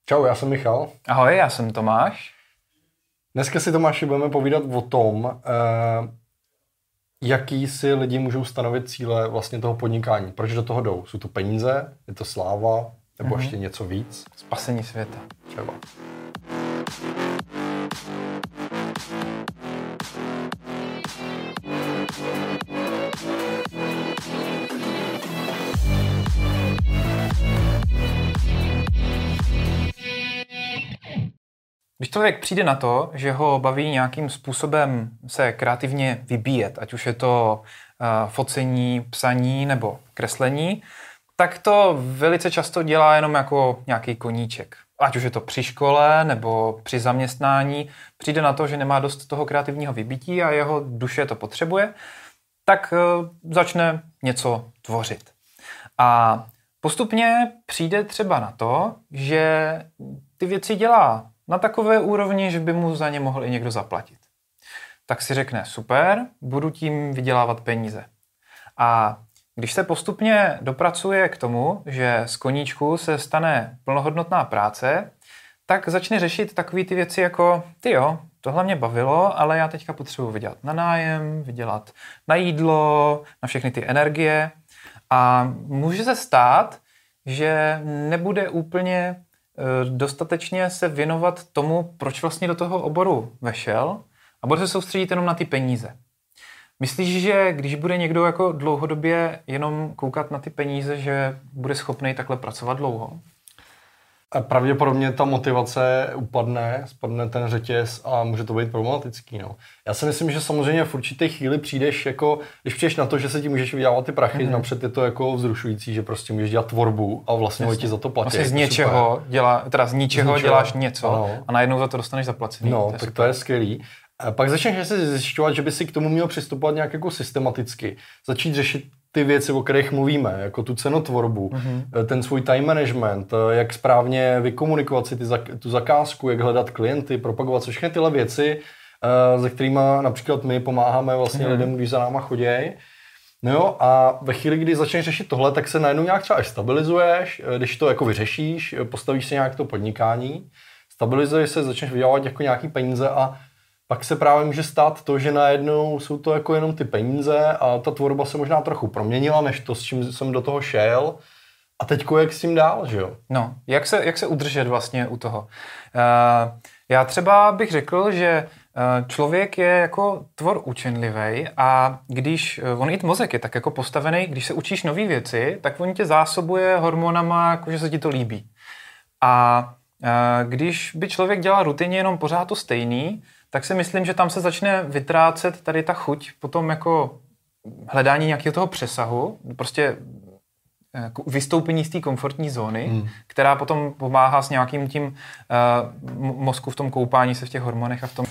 Čau, já jsem Michal. Ahoj, já jsem Tomáš. Dneska si, Tomáši, budeme povídat o tom, jaký si lidi můžou stanovit cíle vlastně toho podnikání. Proč do toho jdou? Jsou to peníze? Je to sláva? Nebo ještě něco víc? Spasení světa. Třeba. Když člověk přijde na to, že ho baví nějakým způsobem se kreativně vybíjet, ať už je to focení, psaní nebo kreslení, tak to velice často dělá jenom jako nějaký koníček. Ať už je to při škole nebo při zaměstnání, přijde na to, že nemá dost toho kreativního vybití a jeho duše to potřebuje, tak začne něco tvořit. A postupně přijde třeba na to, že ty věci dělá na takové úrovni, že by mu za ně mohl i někdo zaplatit. Tak si řekne, super, budu tím vydělávat peníze. A když se postupně dopracuje k tomu, že z koníčku se stane plnohodnotná práce, tak začne řešit takové ty věci jako, tohle mě bavilo, ale já teďka potřebuji vydělat na nájem, vydělat na jídlo, na všechny ty energie. A může se stát, že nebude úplně dostatečně se věnovat tomu, proč vlastně do toho oboru vešel a bude se soustředit jenom na ty peníze. Myslíš, že když bude někdo jako dlouhodobě jenom koukat na ty peníze, že bude schopný takhle pracovat dlouho? A pravděpodobně ta motivace spadne ten řetěz a může to být problematický. No. Já si myslím, že samozřejmě v určité chvíli přijdeš jako, když přijdeš na to, že se ti můžeš vydělávat ty prachy, napřed je to jako vzrušující, že prostě můžeš dělat tvorbu a vlastně ti za to platí. Vlastně z ničeho děláš něco a najednou za to dostaneš zaplacený. No, tak to je skvělý. A pak začneš si zjišťovat, že by si k tomu měl přistupovat nějak jako systematicky. Začít řešit ty věci, o kterých mluvíme, jako tu cenotvorbu, ten svůj time management, jak správně vykomunikovat si tu zakázku, jak hledat klienty, propagovat všechny tyhle věci, se kterými například my pomáháme vlastně lidem, když za náma chodějí. No jo, a ve chvíli, kdy začneš řešit tohle, tak se najednou nějak třeba až stabilizuješ, když to jako vyřešíš, postavíš si nějak to podnikání, stabilizuješ se, začneš vydělávat jako nějaký peníze a pak se právě může stát to, že najednou jsou to jako jenom ty peníze a ta tvorba se možná trochu proměnila, než to, s čím jsem do toho šel. A teďko jak s tím dál, že jo? No, jak se udržet vlastně u toho? Já třeba bych řekl, že člověk je jako tvor učenlivý a když, on i mozek je tak jako postavený, když se učíš nové věci, tak on tě zásobuje hormonama, jakože se ti to líbí. A když by člověk dělal rutině jenom pořád to stejný, tak si myslím, že tam se začne vytrácet tady ta chuť potom jako hledání nějakého toho přesahu, prostě jako vystoupení z té komfortní zóny, která potom pomáhá s nějakým tím mozku v tom koupání se v těch hormonech a v tom,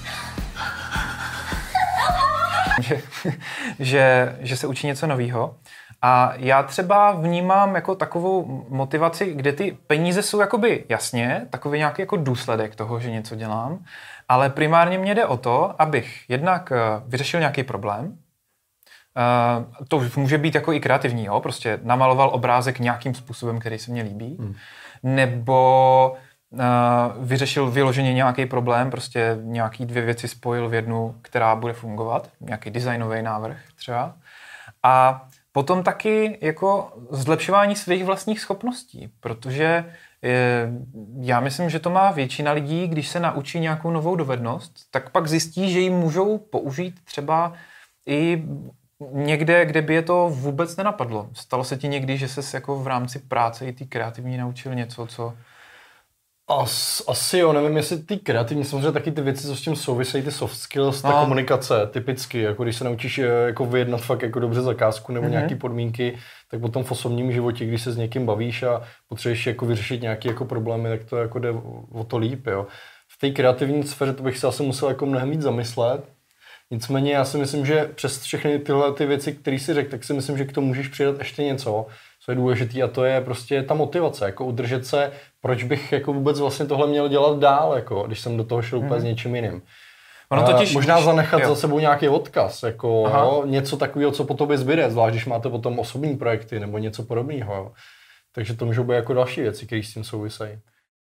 že se učí něco nového. A já třeba vnímám jako takovou motivaci, kde ty peníze jsou jakoby jasně, takový nějaký jako důsledek toho, že něco dělám, ale primárně mě jde o to, abych jednak vyřešil nějaký problém. To může být jako i kreativní, jo? Prostě namaloval obrázek nějakým způsobem, který se mně líbí, nebo vyřešil vyloženě nějaký problém, prostě nějaký dvě věci spojil v jednu, která bude fungovat, nějaký designový návrh třeba. A potom taky jako zlepšování svých vlastních schopností, protože já myslím, že to má většina lidí, když se naučí nějakou novou dovednost, tak pak zjistí, že ji můžou použít třeba i někde, kde by je to vůbec nenapadlo. Stalo se ti někdy, že ses jako v rámci práce i ty kreativní naučil něco, co... Asi jo, nevím, jestli ty kreativní, samozřejmě taky ty věci, co s tím souvisejí, ty soft skills, ta komunikace, typicky, jako když se naučíš jako vyjednat fakt jako dobře zakázku nebo nějaký podmínky, tak potom v osobním životě, když se s někým bavíš a potřebuješ jako vyřešit nějaké jako problémy, tak to jako jde o to líp, jo. V té kreativní sféře to bych se asi musel jako mnohem víc zamyslet. Nicméně já si myslím, že přes všechny tyhle ty věci, které si řekl, tak si myslím, že k tomu můžeš přidat ještě něco, co je důležitý, a to je prostě ta motivace, jako udržet se, proč bych jako vůbec vlastně tohle měl dělat dál, jako když jsem do toho šel úplně s něčím jiným. Možná zanechat za sebou nějaký odkaz, jako jo, něco takového, co po tobě zbyde, zvlášť když máte potom osobní projekty nebo něco podobného. Jo. Takže to můžou být jako další věci, které s tím souvisejí.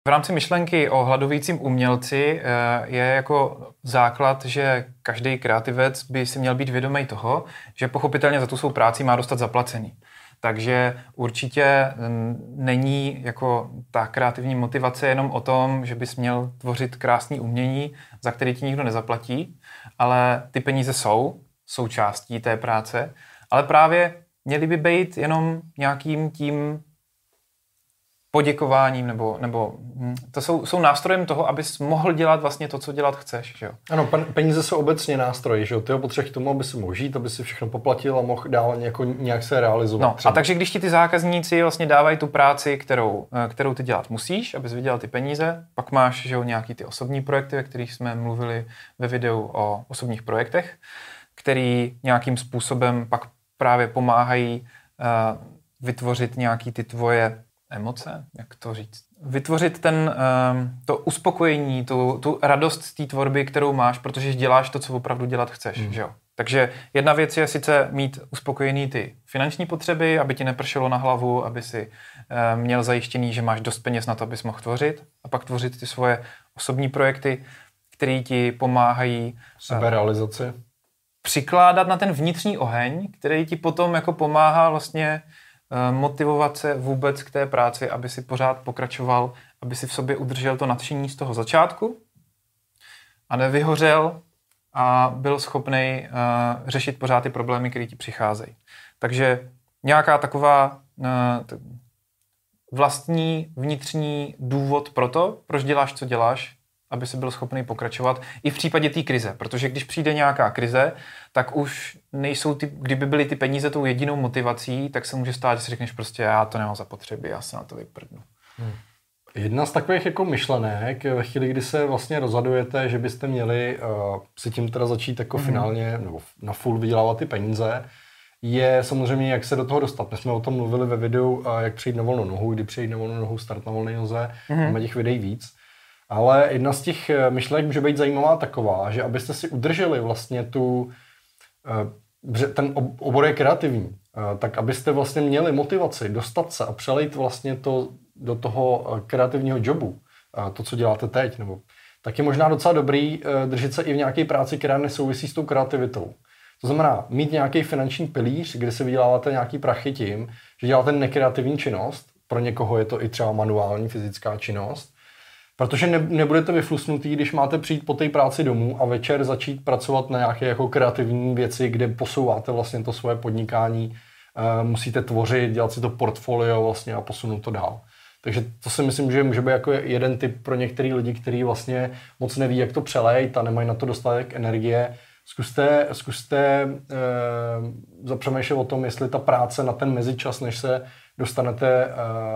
V rámci myšlenky o hladovícím umělci je jako základ, že každý kreativec by si měl být vědomý toho, že pochopitelně za tu svou práci má dostat zaplacený. Takže určitě není jako ta kreativní motivace jenom o tom, že bys měl tvořit krásný umění, za který ti nikdo nezaplatí, ale ty peníze jsou součástí té práce, ale právě měly by být jenom nějakým tím poděkováním, nebo to jsou nástrojem toho, abys mohl dělat vlastně to, co dělat chceš. Že jo? Ano, peníze jsou obecně nástroje, že jo? Ty ho potřebuješ k tomu, aby si mohl žít, aby si všechno poplatil a mohl dál nějak se realizovat. No, a takže když ti ty zákazníci vlastně dávají tu práci, kterou ty dělat musíš, abys vydělal ty peníze, pak máš, že jo, nějaký ty osobní projekty, ve kterých jsme mluvili ve videu o osobních projektech, který nějakým způsobem pak právě pomáhají vytvořit nějaký ty tvoje emoce, jak to říct? Vytvořit to uspokojení, tu radost z té tvorby, kterou máš, protože děláš to, co opravdu dělat chceš. Že jo? Takže jedna věc je sice mít uspokojený ty finanční potřeby, aby ti nepršelo na hlavu, aby si měl zajištěný, že máš dost peněz na to, abys mohl tvořit, a pak tvořit ty svoje osobní projekty, které ti pomáhají seberealizaci. Přikládat na ten vnitřní oheň, který ti potom jako pomáhá vlastně motivovat se vůbec k té práci, aby si pořád pokračoval, aby si v sobě udržel to nadšení z toho začátku a nevyhořel a byl schopný řešit pořád ty problémy, které ti přicházejí. Takže nějaká taková vlastní vnitřní důvod pro to, proč děláš, co děláš, aby si byl schopný pokračovat i v případě té krize. Protože když přijde nějaká krize, tak už nejsou kdyby byly ty peníze tou jedinou motivací, tak se může stát, že si řekneš prostě, já to nemám zapotřebí, já se na to vyprdnu. Jedna z takových jako myšlenek, ve chvíli, kdy se vlastně rozhodujete, že byste měli si tím teda začít jako finálně nebo na full vydělávat ty peníze, je samozřejmě, jak se do toho dostat. My jsme o tom mluvili ve videu, jak přejít na volnou nohu, kdy přejít na volnou nohu, start na volné noze, máme těch videí víc. Ale jedna z těch myšlenek může být zajímavá taková, že abyste si udrželi vlastně ten obor je kreativní, tak abyste vlastně měli motivaci dostat se a přelejt vlastně to do toho kreativního jobu, to, co děláte teď, nebo tak je možná docela dobrý držet se i v nějaké práci, která nesouvisí s tou kreativitou. To znamená mít nějaký finanční pilíř, kde si vyděláváte nějaký prachy tím, že děláte nekreativní činnost, pro někoho je to i třeba manuální fyzická činnost, protože nebudete vyflusnutý, když máte přijít po té práci domů a večer začít pracovat na nějaké jako kreativní věci, kde posouváte vlastně to svoje podnikání, musíte tvořit, dělat si to portfolio vlastně a posunout to dál. Takže to si myslím, že může být jako jeden tip pro některý lidi, kteří vlastně moc neví, jak to přelejt a nemají na to dostatek energie. Zkuste zapřemýšlet o tom, jestli ta práce na ten mezičas, než se dostanete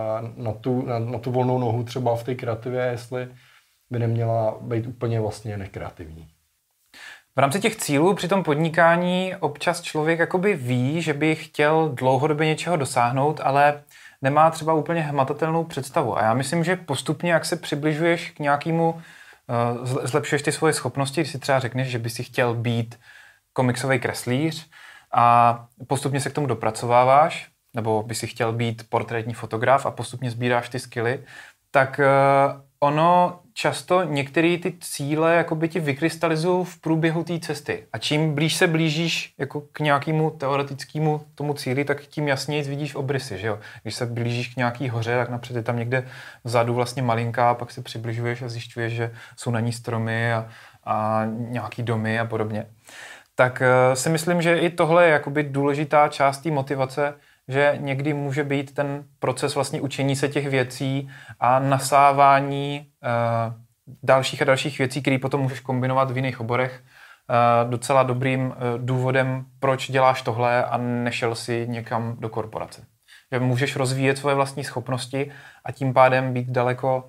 na tu volnou nohu třeba v té kreativě, jestli by neměla být úplně vlastně nekreativní. V rámci těch cílů při tom podnikání občas člověk jakoby ví, že by chtěl dlouhodobě něčeho dosáhnout, ale nemá třeba úplně hmatatelnou představu. A já myslím, že postupně, jak se přibližuješ k nějakému, zlepšuješ ty svoje schopnosti, když si třeba řekneš, že by si chtěl být komiksový kreslíř a postupně se k tomu dopracováváš, nebo by si chtěl být portrétní fotograf a postupně sbíráš ty skilly, tak ono často některé ty cíle jakoby ti vykrystalizují v průběhu té cesty. A čím blíž se blížíš jako k nějakému teoretickému tomu cíli, tak tím jasněji vidíš obrysy, že jo? Když se blížíš k nějaký hoře, tak napřed je tam někde vzadu vlastně malinká, pak se přibližuješ a zjišťuješ, že jsou na ní stromy a nějaký domy a podobně. Tak si myslím, že i tohle je jakoby důležitá část té motivace, že někdy může být ten proces vlastně učení se těch věcí a nasávání dalších a dalších věcí, které potom můžeš kombinovat v jiných oborech, docela dobrým důvodem, proč děláš tohle a nešel si někam do korporace. Že můžeš rozvíjet svoje vlastní schopnosti a tím pádem být daleko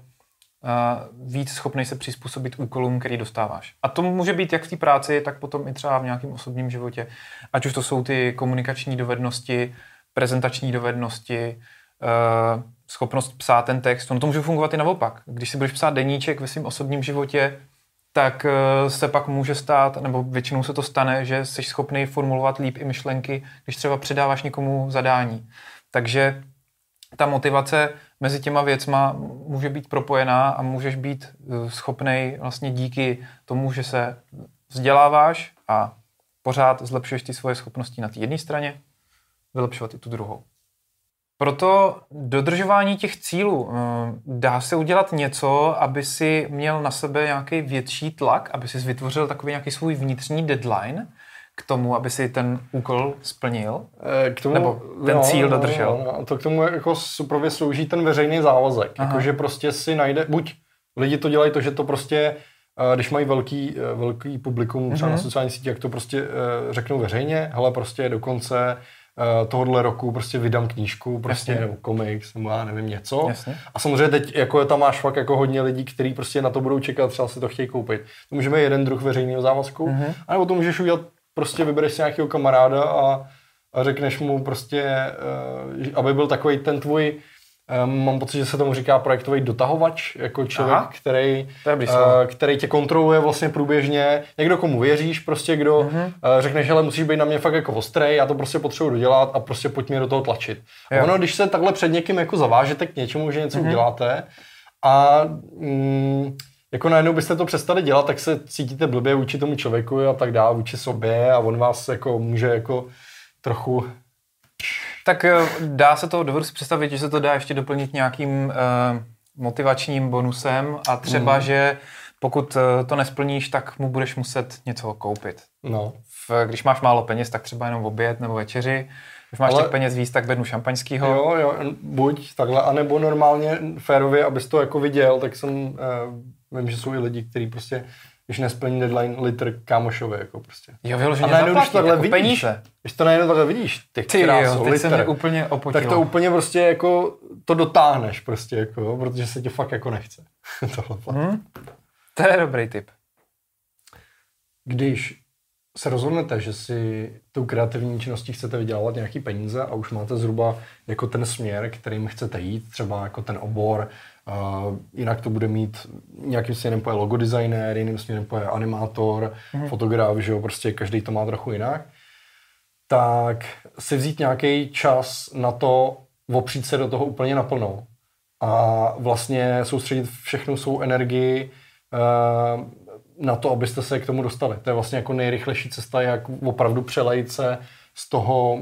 víc schopný se přizpůsobit úkolům, který dostáváš. A to může být jak v té práci, tak potom i třeba v nějakém osobním životě. Ať už to jsou ty komunikační dovednosti, prezentační dovednosti, schopnost psát ten text. Ono to může fungovat i naopak. Když si budeš psát deníček ve svém osobním životě, tak se pak může stát, nebo většinou se to stane, že jsi schopný formulovat líp i myšlenky, když třeba předáváš někomu zadání. Takže ta motivace mezi těma věcma může být propojená a můžeš být schopnej vlastně díky tomu, že se vzděláváš a pořád zlepšuješ ty svoje schopnosti na té jedné straně, vylepšovat i tu druhou. Proto dodržování těch cílů, dá se udělat něco, aby si měl na sebe nějaký větší tlak, aby si vytvořil takový nějaký svůj vnitřní deadline k tomu, aby si ten úkol splnil, k tomu, nebo ten cíl dodržel. No, to k tomu jako suprově slouží ten veřejný závazek. Jakože prostě si najde, buď lidi to dělají to, že to prostě, když mají velký publikum třeba na sociální síti, jak to prostě řeknou veřejně, hele prostě do konce tohohle roku prostě vydám knížku, prostě nebo komiks, nebo já nevím něco. Jasně. A samozřejmě teď jako tam máš fakt jako hodně lidí, kteří prostě na to budou čekat, třeba si to chtějí koupit. To můžeme jeden druh veřejného závazku, anebo to můžeš udělat, prostě vybereš si nějakého kamaráda a řekneš mu prostě, aby byl takový ten tvůj, mám pocit, že se tomu říká projektový dotahovač, jako člověk, který tě kontroluje vlastně průběžně, někdo komu věříš, prostě kdo řekneš, hele, musíš být na mě fakt jako ostrej, já to prostě potřebuji dodělat a prostě pojď mě do toho tlačit. A ono, když se takhle před někým jako zavážete k něčemu, že něco uděláte a jako najednou byste to přestali dělat, tak se cítíte blbě vůči tomu člověku a tak dále, vůči sobě a on vás jako může jako trochu... Tak dá se to, dovedu si představit, že se to dá ještě doplnit nějakým motivačním bonusem a třeba, že pokud to nesplníš, tak mu budeš muset něco koupit. No. Když máš málo peněz, tak třeba jenom oběd nebo večeři. Když máš těch peněz víc, tak bednu šampaňskýho. Jo, buď takhle, anebo normálně férově, abys to jako viděl, tak vím, že jsou i lidi, kteří prostě, když nesplní deadline, litr kámošovi, jako prostě. Jo, vyloženě zaplatit, jako peníze. Když to najednou takhle vidíš, ty kráso, teď se mě úplně opotilo. Tak to úplně prostě jako, to dotáhneš prostě, jako, protože se tě fakt jako nechce. To je dobrý tip. Když se rozhodnete, že si tou kreativní činností chcete vydělávat nějaký peníze a už máte zhruba jako ten směr, kterým chcete jít, třeba jako ten obor, jinak to bude mít nějakým směrem poje logodesignér, jiným směrem poje animátor, fotograf, že jo, prostě každý to má trochu jinak, tak si vzít nějaký čas na to opřít se do toho úplně naplno a vlastně soustředit všechnu svou energii na to, abyste se k tomu dostali. To je vlastně jako nejrychlejší cesta, jak opravdu přelejt se z toho,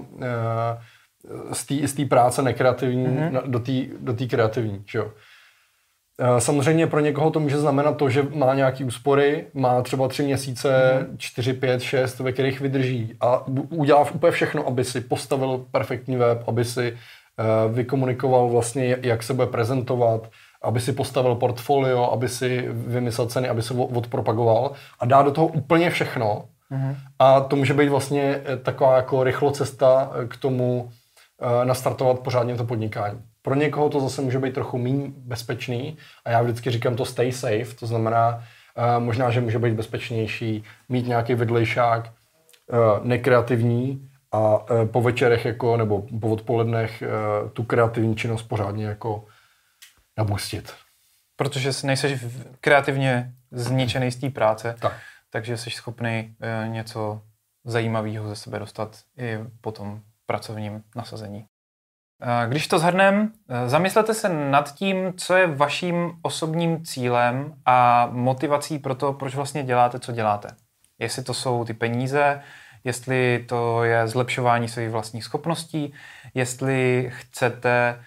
z té práce nekreativní do té kreativní. Že jo? Samozřejmě pro někoho to může znamenat to, že má nějaký úspory, má třeba 3 měsíce, 4, 5, 6, ve kterých vydrží a udělá úplně všechno, aby si postavil perfektní web, aby si vykomunikoval vlastně, jak se bude prezentovat, aby si postavil portfolio, aby si vymyslel ceny, aby se odpropagoval a dá do toho úplně všechno. A to může být vlastně taková jako rychlo cesta k tomu nastartovat pořádně to podnikání. Pro někoho to zase může být trochu méně bezpečný a já vždycky říkám to stay safe, to znamená možná, že může být bezpečnější mít nějaký vedlejšák nekreativní a po večerech jako, nebo po odpolednech tu kreativní činnost pořádně jako nabustit. Protože nejseš kreativně zničený z té práce, takže jsi schopný něco zajímavého ze sebe dostat i po tom pracovním nasazení. Když to shrneme, zamyslete se nad tím, co je vaším osobním cílem a motivací pro to, proč vlastně děláte, co děláte. Jestli to jsou ty peníze, jestli to je zlepšování svých vlastních schopností, jestli chcete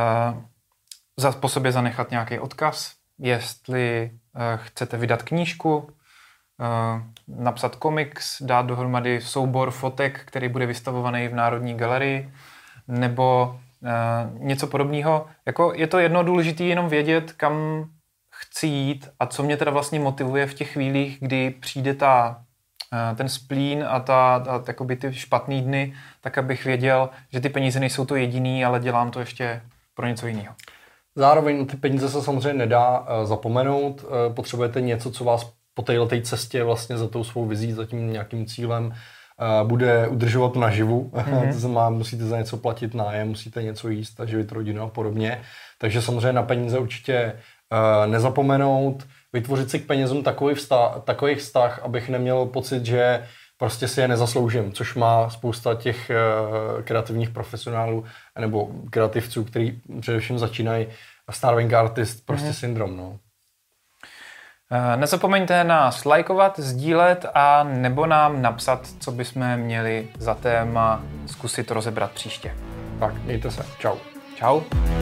po sobě zanechat nějaký odkaz, jestli chcete vydat knížku, napsat komiks, dát dohromady soubor fotek, který bude vystavovaný v Národní galerii, nebo něco podobného. Jako je to jedno důležité jenom vědět, kam chci jít a co mě teda vlastně motivuje v těch chvílích, kdy přijde ten splín a takoby ty špatný dny, tak abych věděl, že ty peníze nejsou to jediný, ale dělám to ještě pro něco jiného. Zároveň ty peníze se samozřejmě nedá zapomenout. Potřebujete něco, co vás po této cestě vlastně za tou svou vizí, za tím nějakým cílem bude udržovat naživu. To znamená, musíte za něco platit nájem, musíte něco jíst a živit rodinu a podobně. Takže samozřejmě na peníze určitě nezapomenout, vytvořit si k penězům takový vztah, abych neměl pocit, že prostě si je nezasloužím, což má spousta těch kreativních profesionálů nebo kreativců, kteří především začínají starving artist, prostě syndrom, no. Nezapomeňte nás lajkovat, sdílet a nebo nám napsat, co bychom měli za téma zkusit rozebrat příště. Tak, mějte se. Čau. Čau.